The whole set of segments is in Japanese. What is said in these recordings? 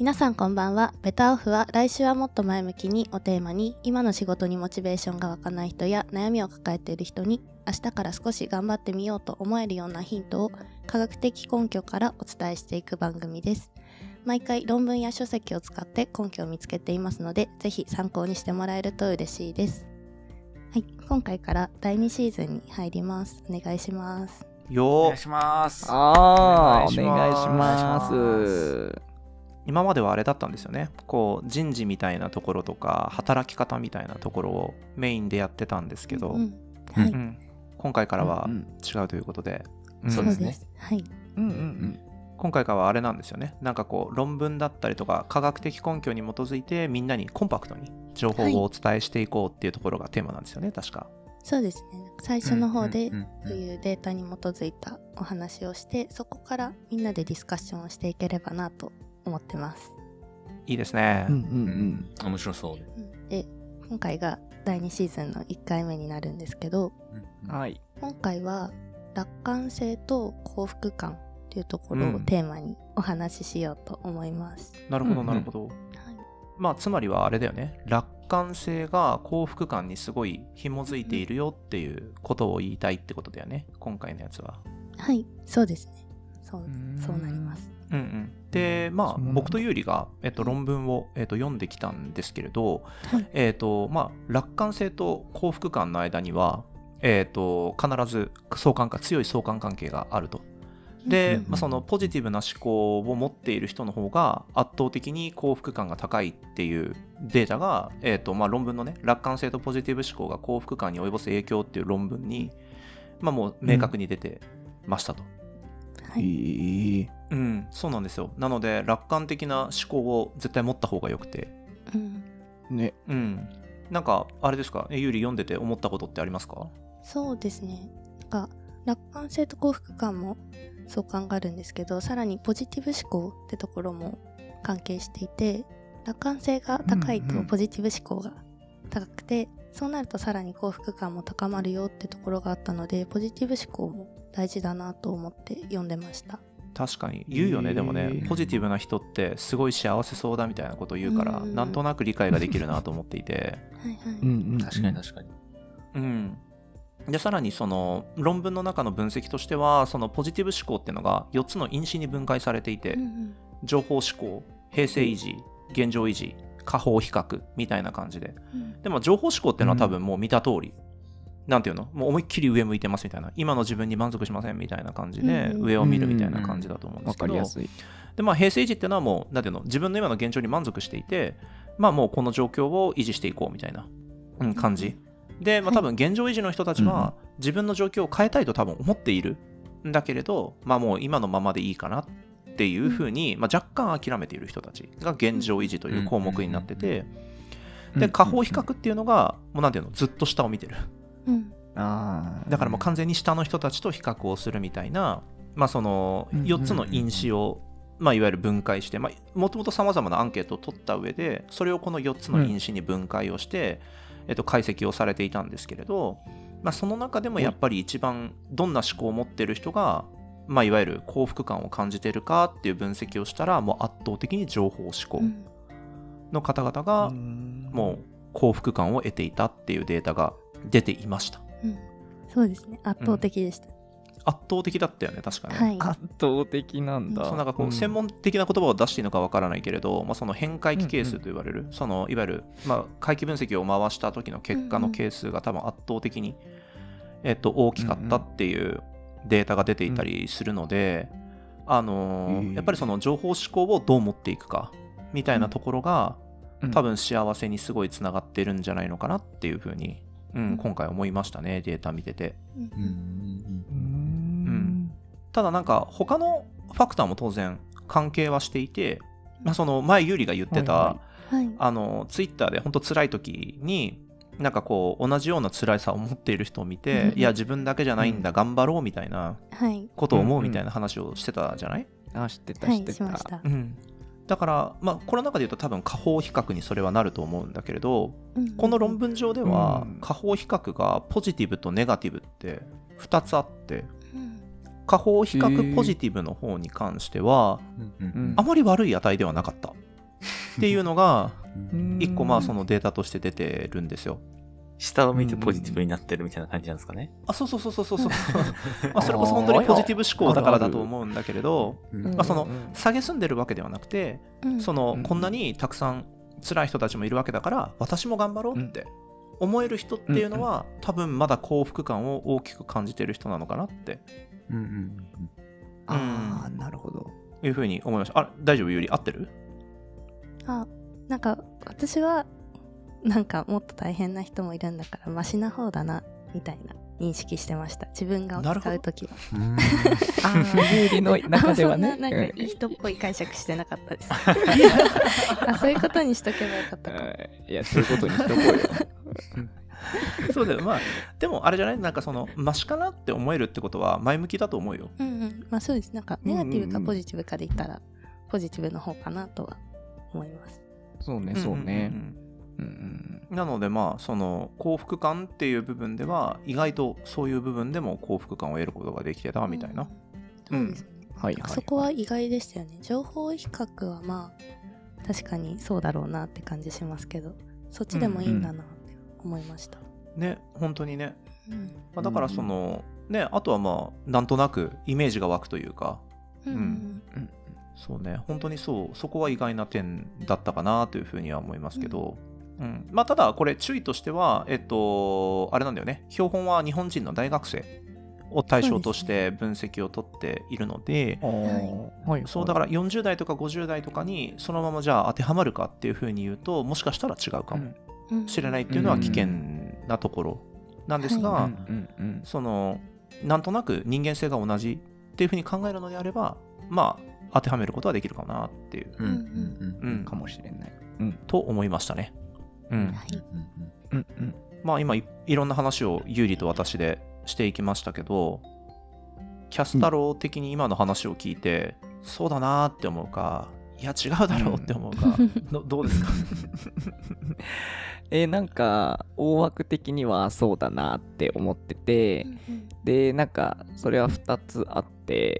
皆さんこんばんは。ベタオフは来週はもっと前向きにをテーマに、今の仕事にモチベーションが湧かない人や悩みを抱えている人に、明日から少し頑張ってみようと思えるようなヒントを科学的根拠からお伝えしていく番組です。毎回論文や書籍を使って根拠を見つけていますので、ぜひ参考にしてもらえると嬉しいです。はい、今回から第2シーズンに入ります。お願いします。 お願いします。 お願いします。 今まではあれだったんですよね。こう人事みたいなところとか働き方みたいなところをメインでやってたんですけど、 はい、 今回からは違うということで、 そうですね。はい。 今回からはあれなんですよね。なんかこう論文だったりとか科学的根拠に基づいてみんなにコンパクトに情報をお伝えしていこうっていうところがテーマなんですよね、確か。 そうですね。最初の方でそういうデータに基づいたお話をして、そこからみんなでディスカッションをしていければなと思ってます。 いいですね。 面白そう。 で、今回が第2シーズンの1回目になるんですけど、 はい。 今回は楽観性と幸福感というところをテーマにお話ししようと思います。 なるほどなるほど。まあつまりはあれだよね。楽観性が幸福感にすごい紐づいているよっていうことを言いたいってことだよね。今回のやつは。 はい、そうですね。そうなります。 で、まあ僕とユーリが、論文を、読んできたんですけれど、まあ楽観性と幸福感の間には、必ず強い相関関係があると。で、そのポジティブな思考を持っている人の方が圧倒的に幸福感が高いっていうデータが、論文のね、楽観性とポジティブ思考が幸福感に及ぼす影響っていう論文に、もう明確に出てましたと。そうなんですよ。なので楽観的な思考を絶対持った方がよくて、なんかあれですか、ユーリ読んでて思ったことってありますか？ そうですね。なんか楽観性と幸福感も相関があるんですけど、さらにポジティブ思考ってところも関係していて、楽観性が高いとポジティブ思考が高くて、そうなるとさらに幸福感も高まるよってところがあったので、ポジティブ思考も大事だなと思って読んでました。 確かに言うよね。でもね、ポジティブな人ってすごい幸せそうだみたいなことを言うから、なんとなく理解ができるなと思っていて確かに。 でさらにその論文の中の分析としては、そのポジティブ思考っていうのが4つの因子に分解されていて、情報思考、平静維持、現状維持、下方比較みたいな感じで、でも情報思考っていうのは多分もう見た通り、なんていうの、もう思いっきり上向いてますみたいな、今の自分に満足しませんみたいな感じで上を見るみたいな感じだと思うんですけど、で平静維持っていうのはもうなんていうの、自分の今の現状に満足していて、もうこの状況を維持していこうみたいな、感じで、多分現状維持の人たちは自分の状況を変えたいと多分思っているんだけれど、もう今のままでいいかなっていうふうに、若干諦めている人たちが現状維持という項目になってて、で下方比較っていうのがもうなんていうの、ずっと下を見てる、だからもう完全に下の人たちと比較をするみたいな、その4つの因子をいわゆる分解して、もともとさまざまなアンケートを取った上で、それをこの4つの因子に分解をして、解析をされていたんですけれど、その中でもやっぱり一番どんな思考を持っている人が、いわゆる幸福感を感じているかっていう分析をしたら、もう圧倒的に情報思考の方々がもう幸福感を得ていたっていうデータが出ていました。 そうですね、圧倒的でした。 圧倒的だったよね、確かに、 圧倒的なんだ。 なんかこう専門的な言葉を出していいのかわからないけれど、その変回帰係数と言われる、そのいわゆる、回帰分析を回した時の結果の係数が多分圧倒的に、大きかったっていうデータが出ていたりするので、やっぱりその情報思考をどう持っていくかみたいなところが、多分幸せにすごいつながってるんじゃないのかなっていうふうに、今回思いましたね、データ見てて。ただなんか他のファクターも当然関係はしていて、その前ユーリが言ってた、ツイッターで本当辛い時になんかこう同じような辛さを持っている人を見て、いや自分だけじゃないんだ、頑張ろうみたいなことを思うみたいな話をしてたじゃない？ 知ってた。 だからこの中で言うと多分下方比較にそれはなると思うんだけれど、この論文上では下方比較がポジティブとネガティブって2つあって、下方比較ポジティブの方に関しては、あまり悪い値ではなかった。 っていうのが一個まあそのデータとして出てるんですよ。 下を見てポジティブになってるみたいな感じなんですかね。 そうまあそれこそ本当にポジティブ思考だからだと思うんだけれど、まあその下げすんでるわけではなくて、そのこんなにたくさん辛い人たちもいるわけだから私も頑張ろうって思える人っていうのは多分まだ幸福感を大きく感じてる人なのかなってなるほどいうふうに思いました。大丈夫？ゆり合ってる？ なんか私はなんかもっと大変な人もいるんだからマシな方だなみたいな認識してました。自分が使うときは。 有利の中ではね。 なんかいい人っぽい解釈してなかったです。そういうことにしとけばよかったかも。 いや、そういうことにしとこうよ。 そうだよ。まあでもあれじゃない？なんかそのマシかなって思えるってことは前向きだと思うよ。 まあそうです。なんかネガティブかポジティブかで言ったらポジティブの方かなとは思います。 そうね。 なのでまあその幸福感っていう部分では意外とそういう部分でも幸福感を得ることができてたみたいな。 そうですね。そこは意外でしたよね。情報比較はまあ確かにそうだろうなって感じしますけど、そっちでもいいんだなって思いました。 ね、本当にね。だからそのね、あとはまあなんとなくイメージが湧くというか、そうね、本当にそこは意外な点だったかなというふうには思いますけど、まあただこれ注意としてはあれなんだよね。標本は日本人の大学生を対象として分析を取っているので、そうだから40代とか50代とかにそのままじゃあ当てはまるかっていうふうに言うともしかしたら違うかもしれないっていうのは危険なところなんですが、そのなんとなく人間性が同じっていうふうに考えるのであれば、まあ当てはめることはできるかなっていうかもしれない、 と思いましたね。まあ今 いろんな話をユーリと私でしていきましたけど、キャス太郎的に今の話を聞いて、そうだなって思うか、いや違うだろうって思うか、どうですか？ なんか大枠的にはそうだなって思ってて、でなんかそれは2つあって、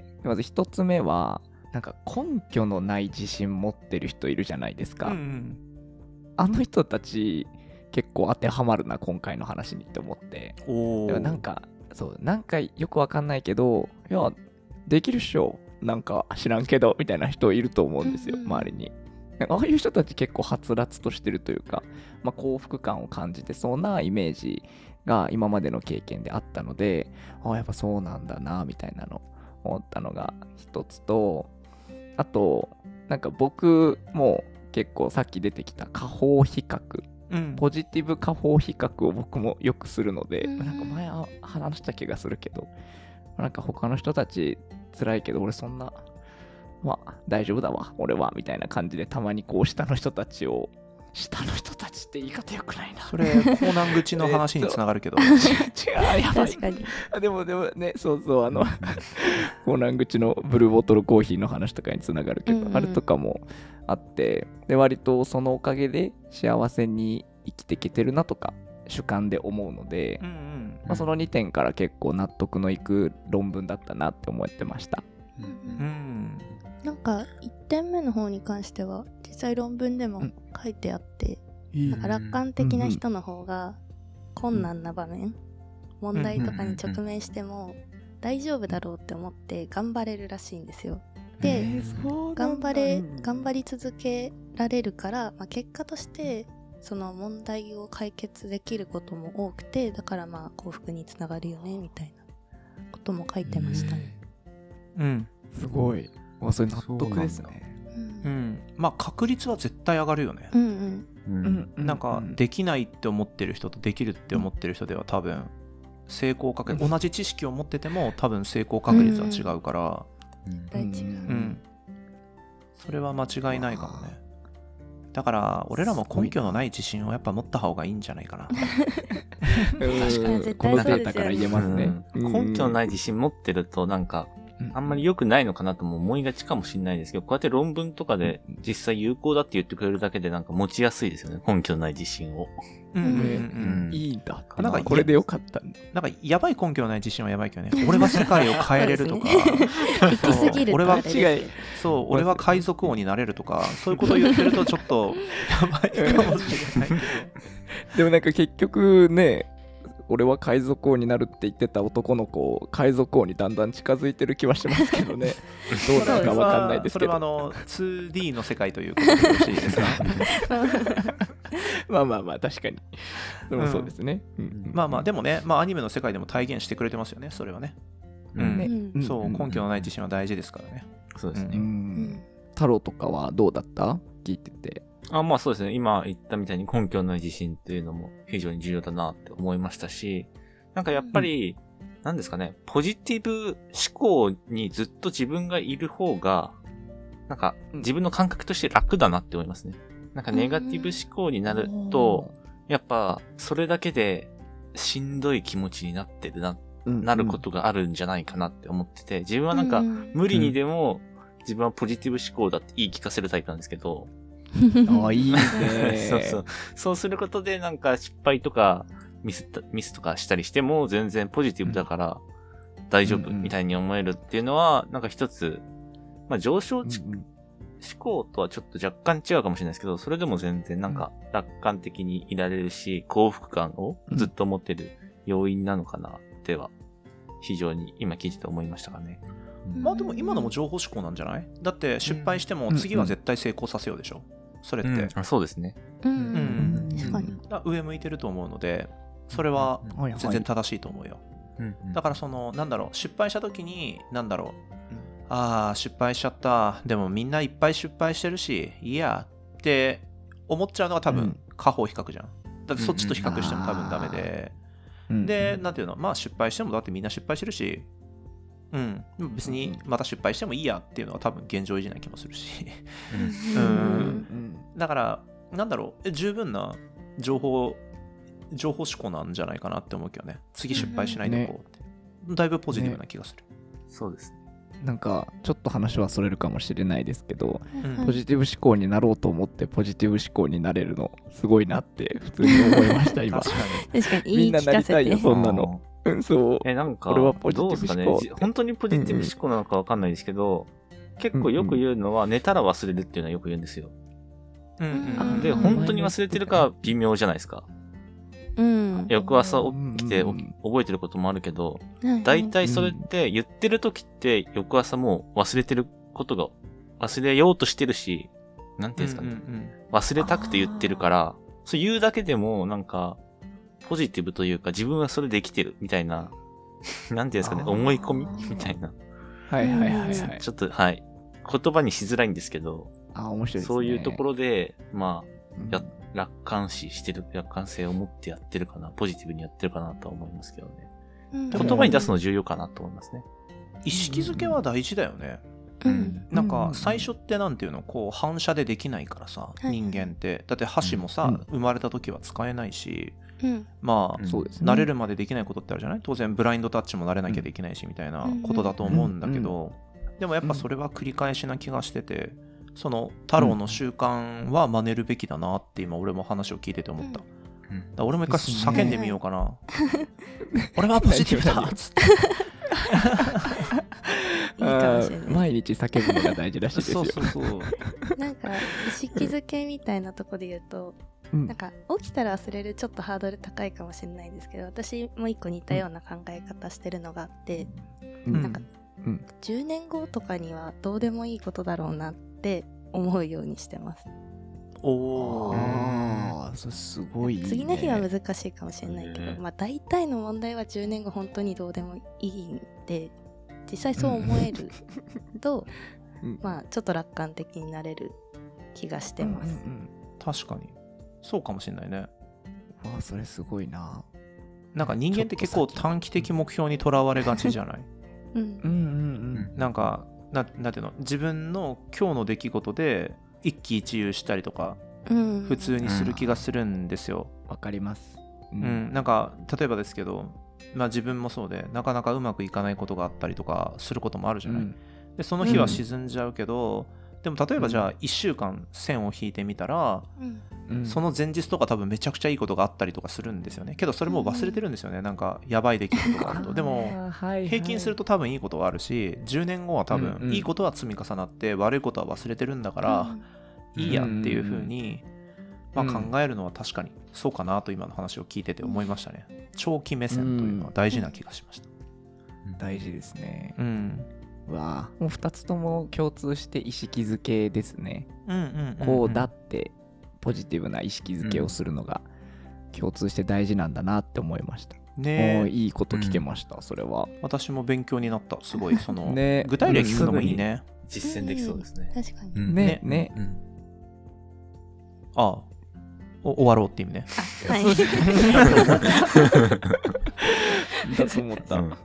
まず1つ目はなんか根拠のない自信持ってる人いるじゃないですか。あの人たち結構当てはまるな今回の話にって思って。なんかよくわかんないけど、いやできるっしょ、なんか知らんけどみたいな人いると思うんですよ、周りに。ああいう人たち結構はつらつとしてるというか、まあ、幸福感を感じてそうなイメージが今までの経験であったので、やっぱそうなんだなみたいなの思ったのが一つと、あとなんか僕も結構さっき出てきた下方比較、ポジティブ下方比較を僕もよくするので、なんか前話した気がするけど、なんか他の人たち辛いけど俺そんなまあ大丈夫だわ俺はみたいな感じで、たまにこう下の人たちって言い方よくないな、 それコーナン口の話につながるけど、 違う、やばい。確かにでもね、そうコーナン口のブルーボトルコーヒーの話とかにつながるけど、あれとかもあって、で割とそのおかげで幸せに生きていけてるなとか主観で思うので、まあ、その2点から結構納得のいく論文だったなって思ってました。 なんか1点目の方に関しては実際論文でも書いてあって、なんか楽観的な人の方が困難な場面、問題とかに直面しても大丈夫だろうって思って頑張れるらしいんですよ。で、頑張り続けられるから、まあ、結果としてその問題を解決できることも多くて、だからまあ幸福につながるよねみたいなことも書いてましたね。 すごい。それ納得ですね。 まあ確率は絶対上がるよね。なんかできないって思ってる人とできるって思ってる人では多分成功確率、同じ知識を持ってても多分成功確率は違うから、それは間違いないかもね。だから俺らも根拠のない自信をやっぱ持った方がいいんじゃないかな。 確かに絶対そうですよね。 このデータから言えますね。 根拠のない自信持ってるとなんかあんまり良くないのかなとも思いがちかもしれないですけど、こうやって論文とかで実際有効だって言ってくれるだけでなんか持ちやすいですよね、根拠のない自信を。 いいんだ。なんかこれでよかったんだ。 なんかやばい根拠のない自信はやばいけどね。俺は世界を変えれるとか。 行き過ぎると俺はあれですよ。 そう俺は海賊王になれるとかそういうことを言ってるとちょっとやばいかもしれないけどでもなんか結局ね、俺は海賊王になるって言ってた男の子、海賊王にだんだん近づいてる気はしますけどね。どうなるか分かんないですけど。 それは2D の世界ということでよろしいですか？ まあまあまあ確かに。でもそうですね。 まあまあでもね、まあアニメの世界でも体現してくれてますよね、それはね。そう根拠のない自信は大事ですからね。 そうですね。 太郎とかはどうだった？聞いてて。 まあそうですね。今言ったみたいに根拠のない自信っていうのも非常に重要だなって思いましたし、なんかやっぱり、なんですかね、ポジティブ思考にずっと自分がいる方が、なんか自分の感覚として楽だなって思いますね。なんかネガティブ思考になると、やっぱそれだけでしんどい気持ちになってるなることがあるんじゃないかなって思ってて、自分はなんか無理にでも自分はポジティブ思考だって言い聞かせるタイプなんですけど、 いいね。 そうすることでなんか失敗とかミスとかしたりしても全然ポジティブだから大丈夫みたいに思えるっていうのはなんか一つ、まあ上昇思考とはちょっと若干違うかもしれないですけど、それでも全然なんか楽観的にいられるし、幸福感をずっと持ってる要因なのかなっては非常に今聞いてて思いましたかね。 まあでも今のも情報思考なんじゃない？だって失敗しても次は絶対成功させようでしょ、それって、 そうですね。 確かに上向いてると思うので、それは全然正しいと思うよ。だからなんだろう、失敗した時になんだろう、失敗しちゃった、でもみんないっぱい失敗してるしいいやって思っちゃうのが多分下方比較じゃん。だってそっちと比較しても多分ダメで、でなんていうの、まあ失敗してもだってみんな失敗してるし、別にまた失敗してもいいやっていうのは多分現状維持な気もするしだからなんだろう、十分な情報思考なんじゃないかなって思うけどね。次失敗しないでこうって、だいぶポジティブな気がする。 そうですね。 なんかちょっと話はそれるかもしれないですけど、ポジティブ思考になろうと思ってポジティブ思考になれるのすごいなって普通に思いました今。 確かにみんななりたいよそんなの。そう。 なんか俺はポジティブ思考どうですかね。本当にポジティブ思考なのかわかんないですけど、結構よく言うのは寝たら忘れるっていうのはよく言うんですよ。で本当に忘れてるか微妙じゃないですか。翌朝起きて覚えてることもあるけど、だいたいそれって言ってる時って翌朝もう忘れてることが忘れようとしてるし、なんていうんですかね、忘れたくて言ってるから、そう言うだけでもなんかポジティブというか自分はそれできてるみたいな、なんていうんですかね、思い込みみたいな。ちょっと言葉にしづらいんですけど、 面白いですね。 そういうところでまあ楽観性を持ってやってるかな、ポジティブにやってるかなとは思いますけどね。言葉に出すの重要かなと思いますね。 意識づけは大事だよね。なんか最初ってなんていうの、こう反射でできないからさ、人間ってだって箸もさ、生まれた時は使えないし、まあ慣れるまでできないことってあるじゃない。当然ブラインドタッチも慣れなきゃできないしみたいなことだと思うんだけど、でもやっぱそれは繰り返しな気がしてて、その太郎の習慣は真似るべきだなって今俺も話を聞いてて思った。だ俺も一回叫んでみようかな。俺はポジティブだっつって。 いいかもしれない。 毎日叫ぶのが大事らしいですよ。 なんか意識づけみたいなとこで言うと、なんか起きたら忘れるちょっとハードル高いかもしれないですけど、私も一個似たような考え方してるのがあって、なんか10年後とかにはどうでもいいことだろうなって思うようにしてます。 それすごいいいね。 次の日は難しいかもしれないけど、まあ大体の問題は10年後本当にどうでもいいんで、実際そう思えると、まあちょっと楽観的になれる気がしてます。 確かにそうかもしれないね。 それすごいな。 なんか人間って結構短期的目標にとらわれがちじゃない？なんかなんていうの、自分の今日の出来事で一喜一憂したりとか、普通にする気がするんですよ。 わかります。 なんか例えばですけど、まあ自分もそうでなかなかうまくいかないことがあったりとかすることもあるじゃない。でその日は沈んじゃうけど、 でも例えばじゃあ1週間線を引いてみたら、その前日とか多分めちゃくちゃいいことがあったりとかするんですよね。けどそれも忘れてるんですよね。なんかやばい出来事があると。でも平均すると多分いいことはあるし、10年後は多分いいことは積み重なって悪いことは忘れてるんだからいいやっていう風に考えるのは確かにそうかなと今の話を聞いてて思いましたね。長期目線というのは大事な気がしました。 大事ですね。うわもう2つとも共通して意識づけですね。こうだってポジティブな意識づけをするのが共通して大事なんだなって思いました。ね、いいこと聞けました、それは。 私も勉強になった。すごいその、ね、具体例聞くのもいいね。 実践できそうですね。 確かに。 ね。 あ、終わろうって意味ね。 はい。 だと思った。 はい。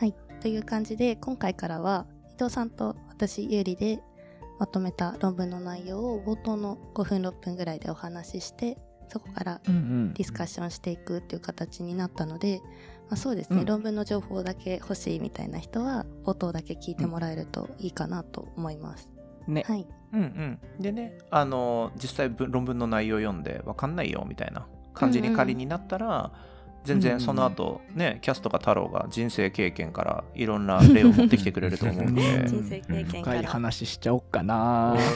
という感じで今回からは伊藤さんと私有利でまとめた論文の内容を冒頭の5分6分ぐらいでお話しして、そこからディスカッションしていくっていう形になったので、そうですね、論文の情報だけ欲しいみたいな人は冒頭だけ聞いてもらえるといいかなと思います。 ね。 はい。 でね、実際論文の内容読んで分かんないよみたいな感じに仮になったら、全然その後ね、キャスとか太郎が人生経験からいろんな例を持ってきてくれると思うので人生経験から深い話しちゃおっかな。 おい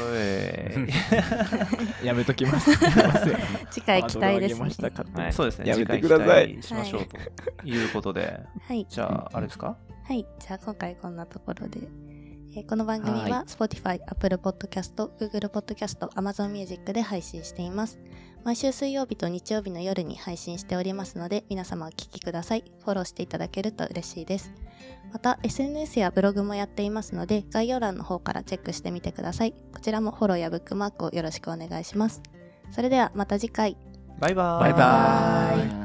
やめときます。 次回期待ですね。 そうですね、 やめてください。 次回期待しましょうということで、 はい、 じゃああれですか。 はい、じゃあ今回こんなところで、この番組は Spotify、Apple Podcast、Google Podcast、Amazon Music で配信しています。毎週水曜日と日曜日の夜に配信しておりますので、皆様お聞きください。フォローしていただけると嬉しいです。また SNS やブログもやっていますので、概要欄の方からチェックしてみてください。こちらもフォローやブックマークをよろしくお願いします。それではまた次回。 バイバーイ。 バイバーイ。